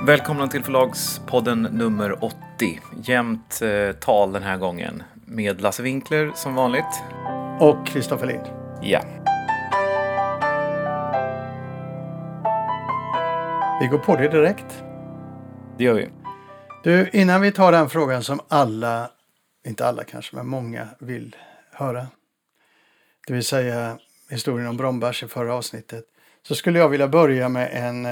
Välkomna till Förlagspodden nummer 80. Jämnt tal den här gången. Med Lasse Winkler som vanligt. Och Kristoffer Lind. Ja. Vi går på det direkt. Det gör vi. Du, innan vi tar den frågan som alla, inte alla kanske, men många vill höra. Det vill säga historien om Brombergs i förra avsnittet. Så skulle jag vilja börja med en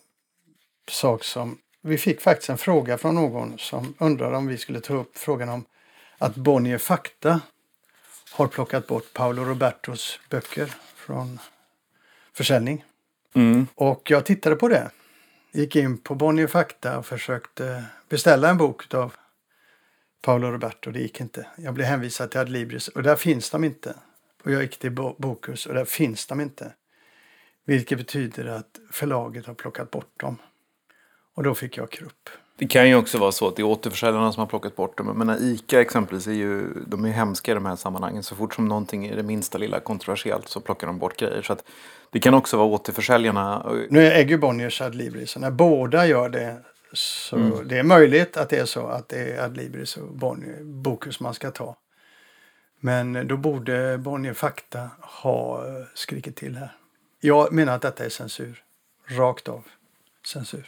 sak som vi fick faktiskt en fråga från någon som undrade om vi skulle ta upp frågan om att Bonnier Fakta har plockat bort Paolo Robertos böcker från försäljning. Och jag tittade på det. Gick in på Bonnier Fakta och försökte beställa en bok av Paolo Roberto. Det gick inte. Jag blev hänvisad till Adlibris och där finns de inte. Och jag gick till Bokus och där finns de inte. Vilket betyder att förlaget har plockat bort dem. Och då fick jag krupp. Det kan ju också vara så att det är återförsäljarna som har plockat bort dem. Men ICA exempelvis de är hemska i de här sammanhangen. Så fort som någonting är det minsta lilla kontroversiellt så plockar de bort grejer. Så att det kan också vara återförsäljarna. Nu äger Bonniers Adlibris. Så när båda gör det så det är möjligt att det är så att det är Adlibris och Bokus man ska ta. Men då borde Bonnier Fakta ha skrikit till här. Jag menar att detta är censur. Rakt av censur.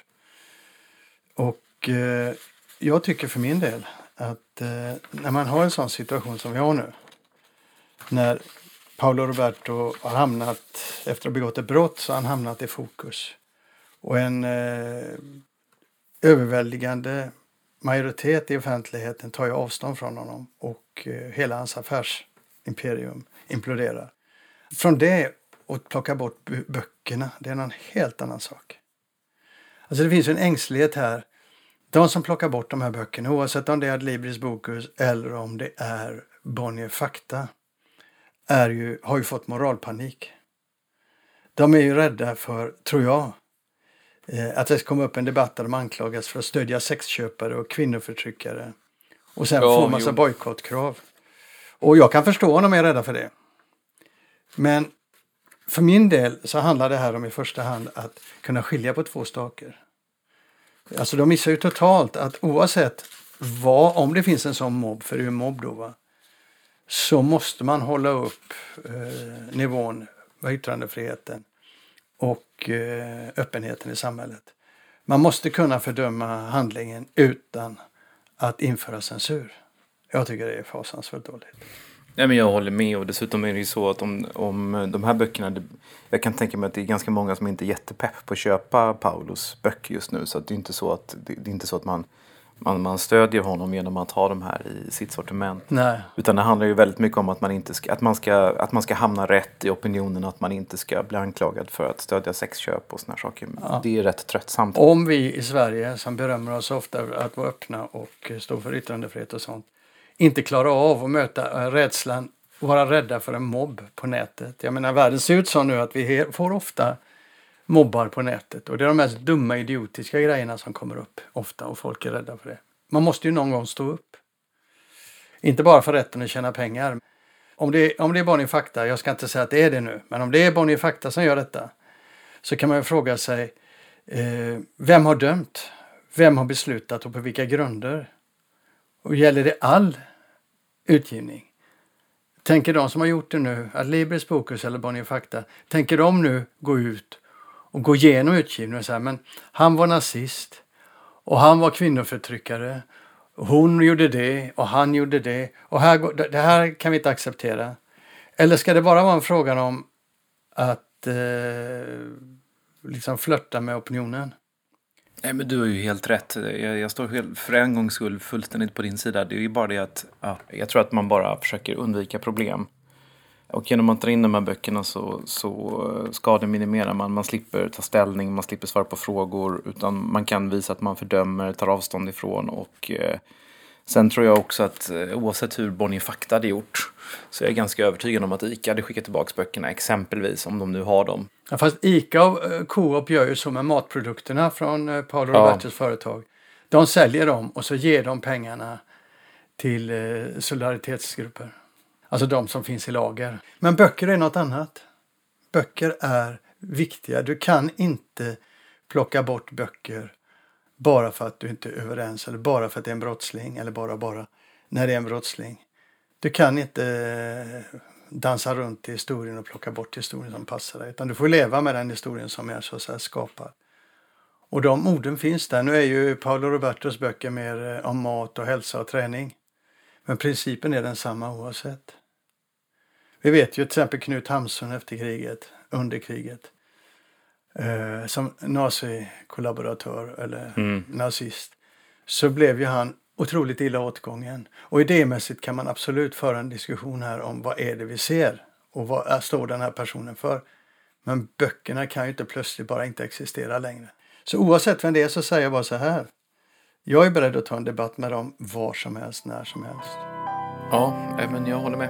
Och jag tycker för min del att när man har en sån situation som vi har nu. När Paolo Roberto har hamnat, efter att ha begått ett brott så har han hamnat i fokus. Och en överväldigande majoritet i offentligheten tar ju avstånd från honom. Och hela hans affärsimperium imploderar. Från det och plocka bort böckerna, det är en helt annan sak. Alltså det finns en ängslighet här. De som plockar bort de här böckerna, oavsett om det är Adlibris Bokus eller om det är Bonnier Fakta, har ju fått moralpanik. De är ju rädda för, tror jag, att det ska komma upp en debatt där de anklagas för att stödja sexköpare och kvinnoförtryckare. Och sen få massa bojkottkrav. Och jag kan förstå om de är rädda för det. Men för min del så handlar det här om i första hand att kunna skilja på två saker. Alltså de missar ju totalt att oavsett om det finns en sån mobb, för det är ju mobb då va, så måste man hålla upp nivån med yttrandefriheten och öppenheten i samhället. Man måste kunna fördöma handlingen utan att införa censur. Jag tycker det är fasansfullt dåligt. Nej, men jag håller med och dessutom är det ju så att om de här böckerna, jag kan tänka mig att det är ganska många som inte är jättepepp på att köpa Paulos böcker just nu, så att det är inte så att det är inte så att man stödjer honom genom att ha de här i sitt sortiment. Nej. Utan det handlar ju väldigt mycket om att man ska hamna rätt i opinionen, att man inte ska bli anklagad för att stödja sexköp och såna saker. Ja. Det är rätt tröttsamt. Om vi i Sverige som berömmer oss ofta att vara öppna och stå för yttrandefrihet och sånt inte klarar av att möta rädslan och vara rädda för en mobb på nätet. Jag menar, världen ser ut så nu att vi får ofta mobbar på nätet. Och det är de mest dumma, idiotiska grejerna som kommer upp ofta och folk är rädda för det. Man måste ju någon gång stå upp. Inte bara för rätten att tjäna pengar. Om det är Bonnier Fakta, jag ska inte säga att det är det nu, men om det är Bonnier Fakta som gör detta så kan man ju fråga sig vem har dömt? Vem har beslutat och på vilka grunder? Och gäller det all utgivning? Tänker de som har gjort det nu, Adlibris Bokus eller Bonnier Fakta, tänker de nu gå ut och gå igenom utgivningen och säga, men han var nazist och han var kvinnoförtryckare, och hon gjorde det och han gjorde det och det här kan vi inte acceptera. Eller ska det bara vara en fråga om att liksom flirta med opinionen? Nej, men du har ju helt rätt. Jag står för en gångs skull fullständigt på din sida. Det är ju bara det att jag tror att man bara försöker undvika problem. Och genom att dra in de här böckerna så skademinimerar man slipper ta ställning, man slipper svara på frågor, utan man kan visa att man fördömer, tar avstånd ifrån. Och sen tror jag också att oavsett hur Bonnier Fakta hade gjort så är jag ganska övertygad om att ICA hade skickat tillbaka böckerna, exempelvis, om de nu har dem. Ja, fast ICA och Coop gör ju så med matprodukterna från Paolo Robertos företag. De säljer dem och så ger de pengarna till solidaritetsgrupper. Alltså de som finns i lager. Men böcker är något annat. Böcker är viktiga. Du kan inte plocka bort böcker bara för att du inte är överens eller bara för att det är en brottsling eller bara när det är en brottsling. Du kan inte dansa runt i historien och plocka bort historien som passar dig, utan du får leva med den historien som är så att säga skapad. Och de orden finns där. Nu är ju Paolo Robertos böcker mer om mat och hälsa och träning. Men principen är densamma oavsett. Vi vet ju till exempel Knut Hamsun efter kriget, under kriget. Som nazikollaboratör eller nazist. Så blev ju han otroligt illa åtgången. Och idémässigt kan man absolut föra en diskussion här om vad är det vi ser. Och vad står den här personen för. Men böckerna kan ju inte plötsligt bara inte existera längre. Så oavsett vem det är så säger jag bara så här. Jag är beredd att ta en debatt med dem var som helst, när som helst. Ja, men jag håller med.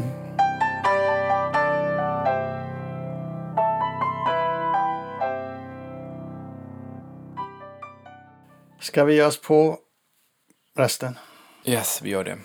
Ska vi ge oss på resten? Yes, vi gör det.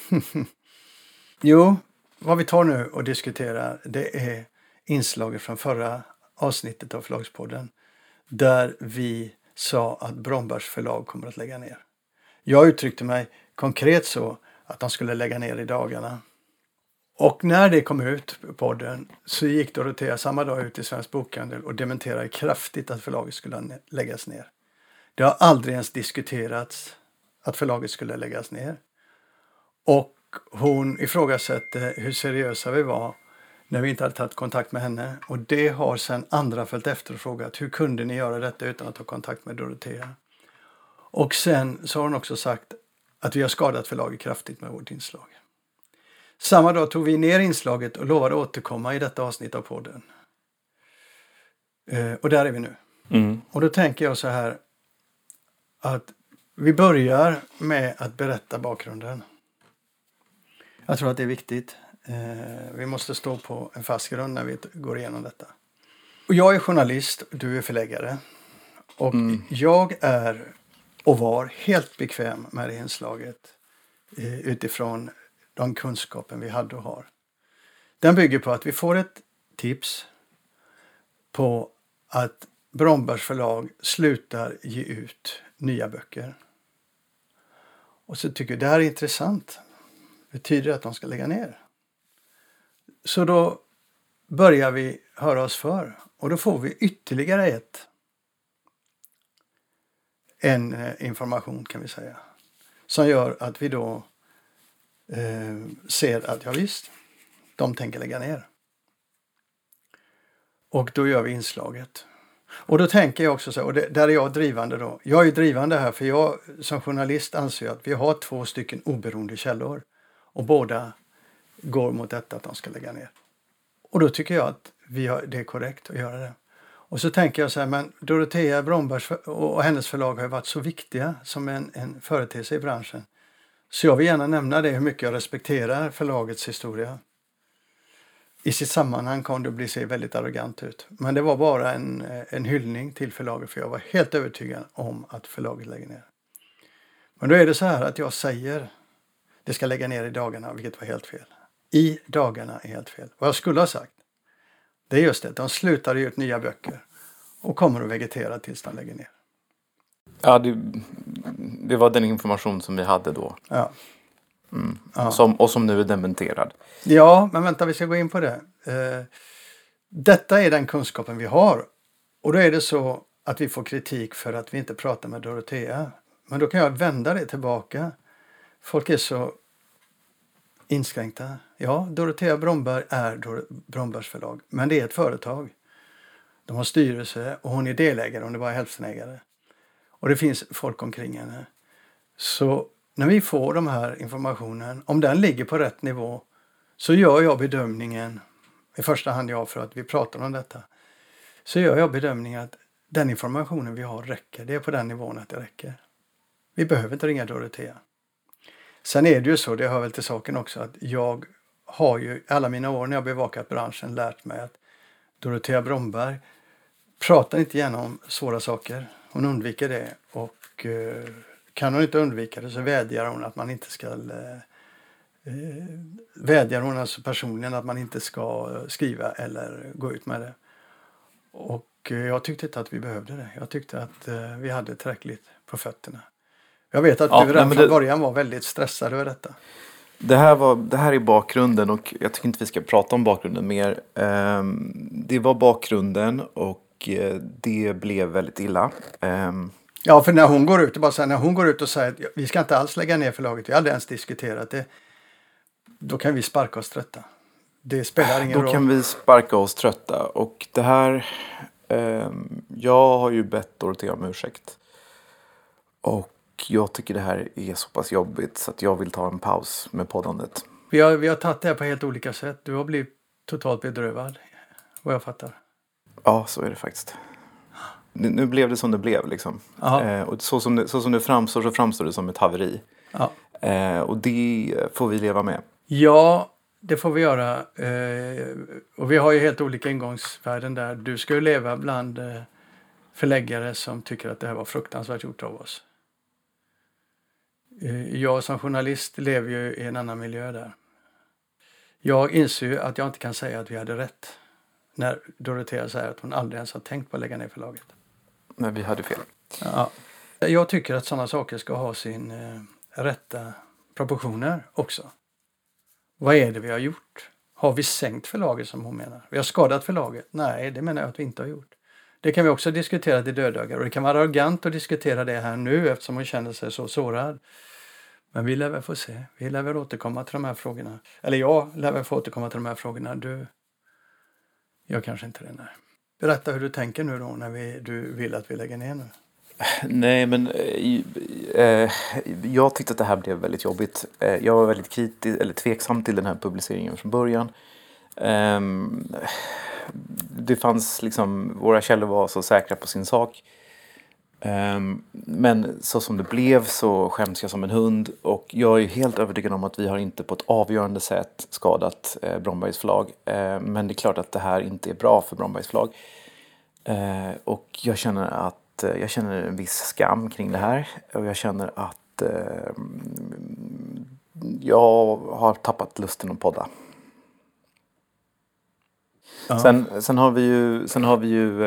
Jo, vad vi tar nu och diskuterar, det är inslaget från förra avsnittet av Förlagspodden. Där vi sa att Brombergs förlag kommer att lägga ner. Jag uttryckte mig konkret så att de skulle lägga ner i dagarna. Och när det kom ut på podden så gick Dorotea samma dag ut i Svensk Bokhandel och dementerade kraftigt att förlaget skulle läggas ner. Det har aldrig ens diskuterats att förlaget skulle läggas ner. Och hon ifrågasätter hur seriösa vi var när vi inte hade tagit kontakt med henne. Och det har sedan andra följt efter och frågat, hur kunde ni göra detta utan att ta kontakt med Dorotea? Och sen så har hon också sagt att vi har skadat förlaget kraftigt med vårt inslag. Samma dag tog vi ner inslaget och lovade återkomma i detta avsnitt av podden. Och där är vi nu. Och då tänker jag så här att vi börjar med att berätta bakgrunden. Jag tror att det är viktigt. Vi måste stå på en fast grund när vi går igenom detta. Och jag är journalist, du är förläggare. Och jag är och var helt bekväm med det inslaget utifrån de kunskapen vi hade och har. Den bygger på att vi får ett tips på att Brombergs förlag slutar ge ut nya böcker. Och så tycker jag det här är intressant. Betyder det att de ska lägga ner? Så då börjar vi höra oss för. Och då får vi ytterligare en information kan vi säga. Som gör att vi då ser att ja visst, de tänker lägga ner. Och då gör vi inslaget. Och då tänker jag också så, och där är jag drivande då. Jag är drivande här för jag som journalist anser att vi har 2 stycken oberoende källor. Och båda går mot detta att de ska lägga ner. Och då tycker jag att det är korrekt att göra det. Och så tänker jag så här, men Dorotea Brombergs och hennes förlag har ju varit så viktiga som en företeelse i branschen. Så jag vill gärna nämna det hur mycket jag respekterar förlagets historia. I sitt sammanhang kan det se väldigt arrogant ut. Men det var bara en hyllning till förlaget för jag var helt övertygad om att förlaget lägger ner. Men då är det så här att jag säger det ska lägga ner i dagarna, vilket var helt fel. I dagarna är helt fel. Vad jag skulle ha sagt, det är just det. De slutar ge ut nya böcker och kommer att vegetera tills de lägger ner. Ja, det var den information som vi hade då. Ja. Ja. Som nu är dementerad. Ja, men vänta, vi ska gå in på det. Detta är den kunskapen vi har. Och då är det så att vi får kritik för att vi inte pratar med Dorotea. Men då kan jag vända det tillbaka. Folk är så inskränkta. Ja, Dorotea Bromberg är Brombergs förlag. Men det är ett företag. De har styrelse och hon är delägare. Hon är bara hälftenägare. Och det finns folk omkring henne. Så när vi får de här informationen, om den ligger på rätt nivå, så gör jag bedömningen, i första hand jag för att vi pratar om detta, så gör jag bedömningen att den informationen vi har räcker. Det är på den nivån att det räcker. Vi behöver inte ringa Dorotea. Sen är det ju så, det hör väl till saken också, att jag har ju alla mina år när jag bevakat branschen lärt mig att Dorotea Bromberg pratar inte gärna om svåra saker. Hon undviker det och kan hon inte undvika det så vädjar hon att man inte ska vädjar hon alltså personligen att man inte ska skriva eller gå ut med det. Och Och jag tyckte inte att vi behövde det. Jag tyckte att vi hade tillräckligt på fötterna. Jag vet att du redan från början var väldigt stressad över detta. Det här är bakgrunden och jag tycker inte vi ska prata om bakgrunden mer. Det var bakgrunden och det blev väldigt illa. Ja, för när hon går ut och säger att vi ska inte alls lägga ner förlaget, vi har aldrig ens diskuterat det, då kan vi sparka oss trötta. Det spelar ingen roll. Då kan vi sparka oss trötta och det här, jag har ju bett Dorothea om ursäkt. Och jag tycker det här är så pass jobbigt så att jag vill ta en paus med poddandet. Vi har tagit det här på helt olika sätt. Du har blivit totalt bedrövad, vad jag fattar. Ja, så är det faktiskt. Nu blev det som det blev liksom. Och så som det framstår så framstår det som ett haveri. Ja. Och det får vi leva med. Ja, det får vi göra. Och vi har ju helt olika ingångsvärden där. Du ska ju leva bland förläggare som tycker att det här var fruktansvärt gjort av oss. Jag som journalist lever ju i en annan miljö där. Jag inser ju att jag inte kan säga att vi hade rätt när Dorothea säger att hon aldrig ens har tänkt på att lägga ner förlaget. Nej, vi hade fel. Ja. Jag tycker att sådana saker ska ha sin rätta proportioner också. Vad är det vi har gjort? Har vi sänkt förlaget som hon menar? Vi har skadat förlaget? Nej, det menar jag att vi inte har gjort. Det kan vi också diskutera till döddagar och det kan vara arrogant att diskutera det här nu eftersom hon känner sig så sårad. Men vi lär väl få se. Vi lär väl återkomma till de här frågorna. Eller jag lär väl få återkomma till de här frågorna. Jag kanske inte det, nej. Berätta hur du tänker nu då när du vill att vi lägger ner nu. Nej, men jag tyckte att det här blev väldigt jobbigt. Jag var väldigt kritisk eller tveksam till den här publiceringen från början. Det fanns liksom, våra källor var så säkra på sin sak. Men så som det blev så skäms jag som en hund. Och jag är helt övertygad om att vi har inte på ett avgörande sätt skadat Brombergs förlag. Men det är klart att det här inte är bra för Brombergs förlag. Och jag känner en viss skam kring det här. Och jag känner att jag har tappat lusten att podda. Ja. Sen har vi ju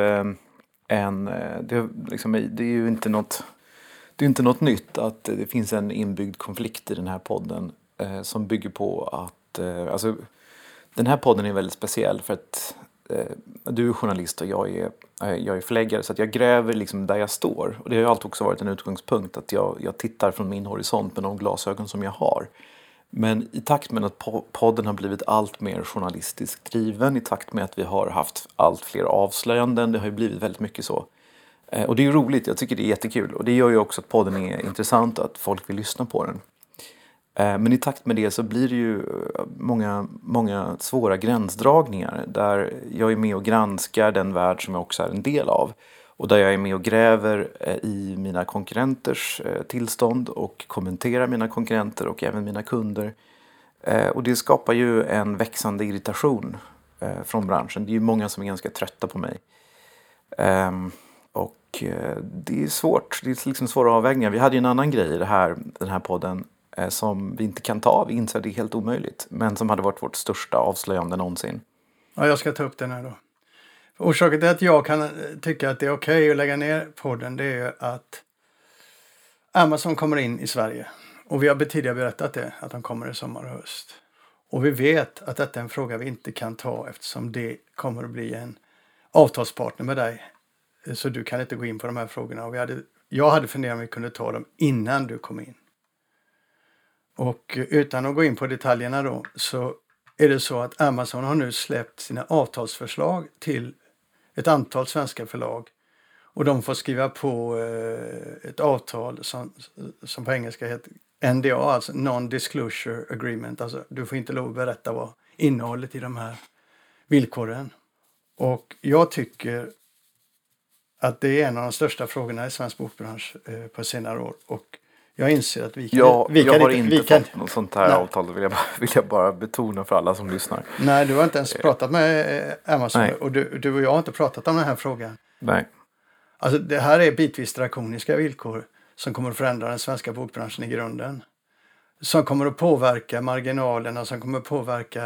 det är ju inte något nytt att det finns en inbyggd konflikt i den här podden som bygger på att den här podden är väldigt speciell för att du är journalist och jag är förläggare så att jag gräver liksom där jag står och det har ju alltid också varit en utgångspunkt att jag tittar från min horisont med de glasögon som jag har. Men i takt med att podden har blivit allt mer journalistiskt driven, i takt med att vi har haft allt fler avslöjanden, det har ju blivit väldigt mycket så. Och det är ju roligt, jag tycker det är jättekul. Och det gör ju också att podden är intressant och att folk vill lyssna på den. Men i takt med det så blir det ju många svåra gränsdragningar där jag är med och granskar den värld som jag också är en del av. Och där jag är med och gräver i mina konkurrenters tillstånd och kommenterar mina konkurrenter och även mina kunder. Och det skapar ju en växande irritation från branschen. Det är ju många som är ganska trötta på mig. Och det är svårt. Det är liksom svåra avvägningar. Vi hade ju en annan grej i den här podden som vi inte kan ta. Vi inser att det är helt omöjligt. Men som hade varit vårt största avslöjande någonsin. Ja, jag ska ta upp den här då. Orsaken till att jag kan tycka att det är okej att lägga ner podden det är att Amazon kommer in i Sverige. Och vi har tidigare berättat det, att de kommer i sommar och höst. Och vi vet att detta är en fråga vi inte kan ta eftersom det kommer att bli en avtalspartner med dig. Så du kan inte gå in på de här frågorna. Och jag hade funderat om vi kunde ta dem innan du kom in. Och utan att gå in på detaljerna då så är det så att Amazon har nu släppt sina avtalsförslag till ett antal svenska förlag. Och de får skriva på ett avtal som på engelska heter NDA, alltså Non-Disclosure Agreement. Alltså du får inte lov att berätta vad innehållet i de här villkoren. Och jag tycker att det är en av de största frågorna i svensk bokbransch på senare år. Och jag inser att jag har inte fått något sånt här avtal. Vill jag bara betona för alla som lyssnar. Nej, du har inte ens pratat med Amazon. Nej. Och du och jag har inte pratat om den här frågan. Nej. Alltså det här är bitvis drakoniska villkor som kommer att förändra den svenska bokbranschen i grunden. Som kommer att påverka marginalerna, som kommer att påverka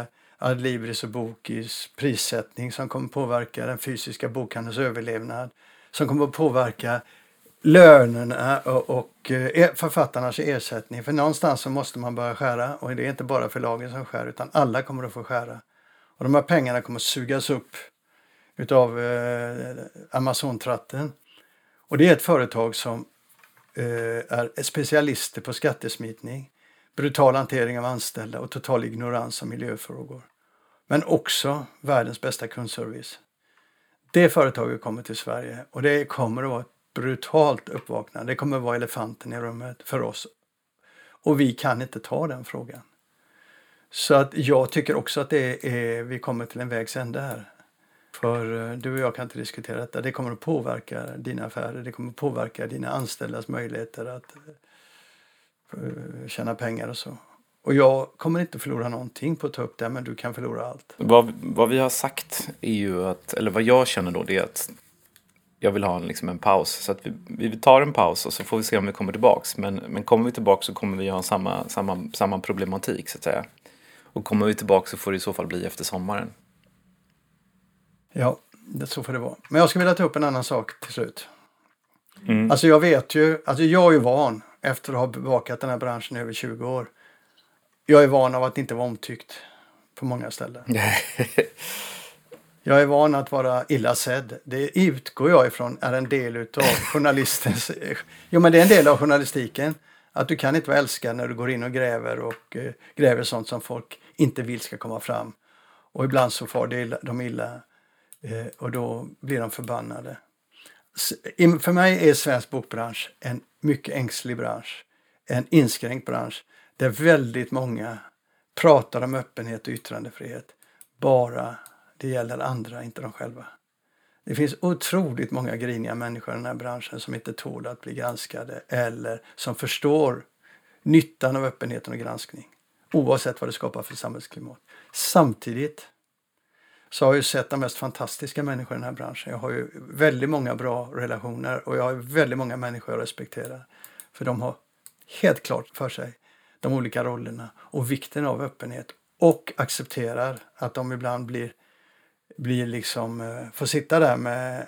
Adlibris och Bokis prissättning som kommer påverka den fysiska bokhandelns överlevnad, som kommer att påverka lönerna och författarnas ersättning. För någonstans så måste man börja skära, och det är inte bara förlagen som skär utan alla kommer att få skära. Och de här pengarna kommer att sugas upp utav Amazon-tratten. Och det är ett företag som är specialister på skattesmitning, brutal hantering av anställda och total ignorans av miljöfrågor. Men också världens bästa kundservice. Det företaget kommer till Sverige och det kommer att vara ett brutalt uppvaknande. Det kommer att vara elefanten i rummet för oss. Och vi kan inte ta den frågan. Så att jag tycker också att vi kommer till en vägs ände här. För du och jag kan inte diskutera detta. Det kommer att påverka dina affärer. Det kommer att påverka dina anställdas möjligheter att tjäna pengar och så. Och jag kommer inte förlora någonting på att ta upp det, men du kan förlora allt. Vad vi har sagt är ju att, eller vad jag känner då, det är att jag vill ha en paus. Så att vi tar en paus och så får vi se om vi kommer tillbaks. Men kommer vi tillbaks så kommer vi ha samma problematik så att säga. Och kommer vi tillbaks så får det i så fall bli efter sommaren. Ja, så får det vara. Men jag skulle vilja ta upp en annan sak till slut. Alltså jag vet ju, jag är ju van efter att ha bevakat den här branschen i över 20 år. Jag är van av att inte vara omtyckt på många ställen. Jag är van att vara illa sedd. Det utgår jag ifrån är en del utav journalistens... Jo, men det är en del av journalistiken. Att du kan inte vara älskad när du går in och gräver sånt som folk inte vill ska komma fram. Och ibland så far de illa och då blir de förbannade. För mig är svensk bokbransch en mycket ängslig bransch. En inskränkt bransch. Där väldigt många pratar om öppenhet och yttrandefrihet. Bara det gäller andra, inte de själva. Det finns otroligt många griniga människor i den här branschen som inte tål att bli granskade. Eller som förstår nyttan av öppenheten och granskning. Oavsett vad det skapar för samhällsklimat. Samtidigt så har jag ju sett de mest fantastiska människor i den här branschen. Jag har ju väldigt många bra relationer och jag har väldigt många människor jag respekterar. För de har helt klart för sig de olika rollerna och vikten av öppenhet och accepterar att de ibland blir liksom får sitta där med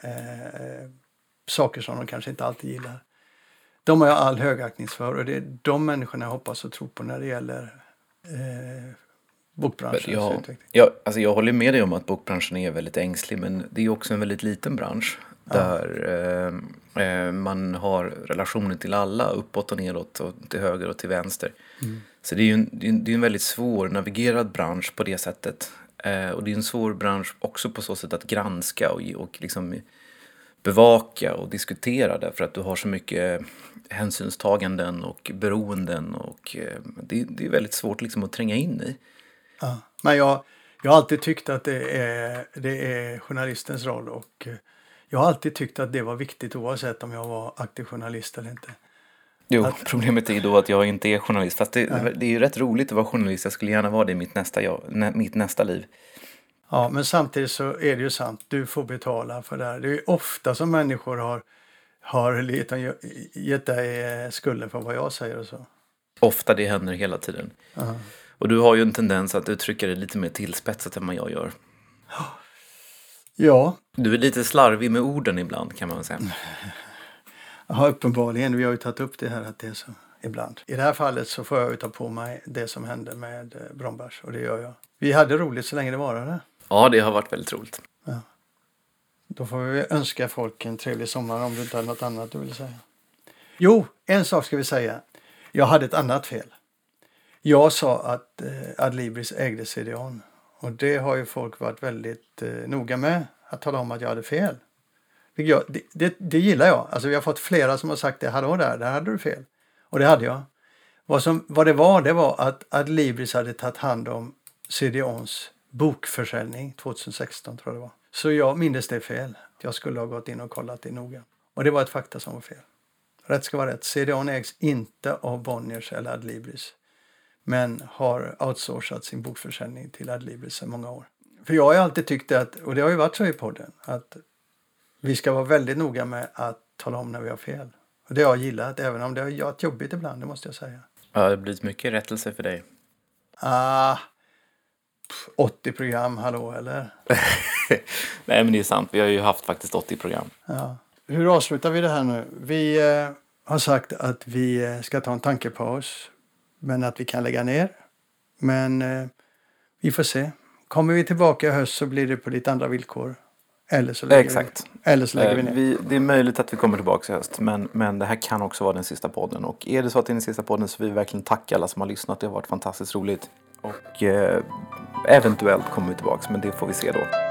saker som de kanske inte alltid gillar. De har jag all högaktning för och det är de människorna jag hoppas och tror på när det gäller bokbranschens utveckling. Jag håller med dig om att bokbranschen är väldigt ängslig, men det är också en väldigt liten bransch där man har relationer till alla, uppåt och neråt och till höger och till vänster. Så det är ju en väldigt svår navigerad bransch på det sättet. Och det är en svår bransch också på så sätt att granska och liksom bevaka och diskutera, därför att du har så mycket hänsynstaganden och beroenden och det är väldigt svårt liksom att tränga in i. Ja, men jag har alltid tyckt att det är journalistens roll och jag har alltid tyckt att det var viktigt oavsett om jag var aktiv journalist eller inte. Jo, problemet är ju då att jag inte är journalist. Fast det är ju rätt roligt att vara journalist. Jag skulle gärna vara det i mitt nästa liv. Ja, men samtidigt så är det ju sant. Du får betala för det här. Det är ju ofta som människor har gett dig skulden för vad jag säger och så. Ofta, det händer hela tiden. Och du har ju en tendens att uttrycka det lite mer tillspetsat än vad jag gör. Ja. Du är lite slarvig med orden ibland, kan man säga. Ja, uppenbarligen. Vi har ju tagit upp det här att det är så ibland. I det här fallet så får jag ju ta på mig det som hände med Brombergs och det gör jag. Vi hade roligt så länge det varade. Ja, det har varit väldigt roligt. Ja. Då får vi önska folk en trevlig sommar om du inte har något annat du vill säga. Jo, en sak ska vi säga. Jag hade ett annat fel. Jag sa att Adlibris ägde CDON. Och det har ju folk varit väldigt noga med att tala om att jag hade fel. Det gillar jag. Alltså vi har fått flera som har sagt det. Hallå där hade du fel. Och det hade jag. Vad det var att Adlibris hade tagit hand om CDONs bokförsäljning 2016 tror jag det var. Så jag minns det fel. Jag skulle ha gått in och kollat det noga. Och det var ett fakta som var fel. Rätt ska vara rätt. CDON ägs inte av Bonniers eller Adlibris. Men har outsourcat sin bokförsäljning till Adlibris sedan många år. För jag har ju alltid tyckt att, och det har ju varit så i podden, att vi ska vara väldigt noga med att tala om när vi har fel. Och det har jag gillat, även om det har varit jobbigt ibland, det måste jag säga. Ja, det har blivit mycket rättelse för dig. 80 program, hallå eller? Nej, men det är sant. Vi har ju haft faktiskt 80 program. Ja. Hur avslutar vi det här nu? Vi har sagt att vi ska ta en tankepaus, men att vi kan lägga ner. Men vi får se. Kommer vi tillbaka i höst så blir det på lite andra villkor. Eller så lägger vi ner. Det är möjligt att vi kommer tillbaka i höst, men det här kan också vara den sista podden. Och är det så att det är den sista podden så vill vi verkligen tacka alla som har lyssnat. Det har varit fantastiskt roligt. Och eventuellt kommer vi tillbaka, men det får vi se då.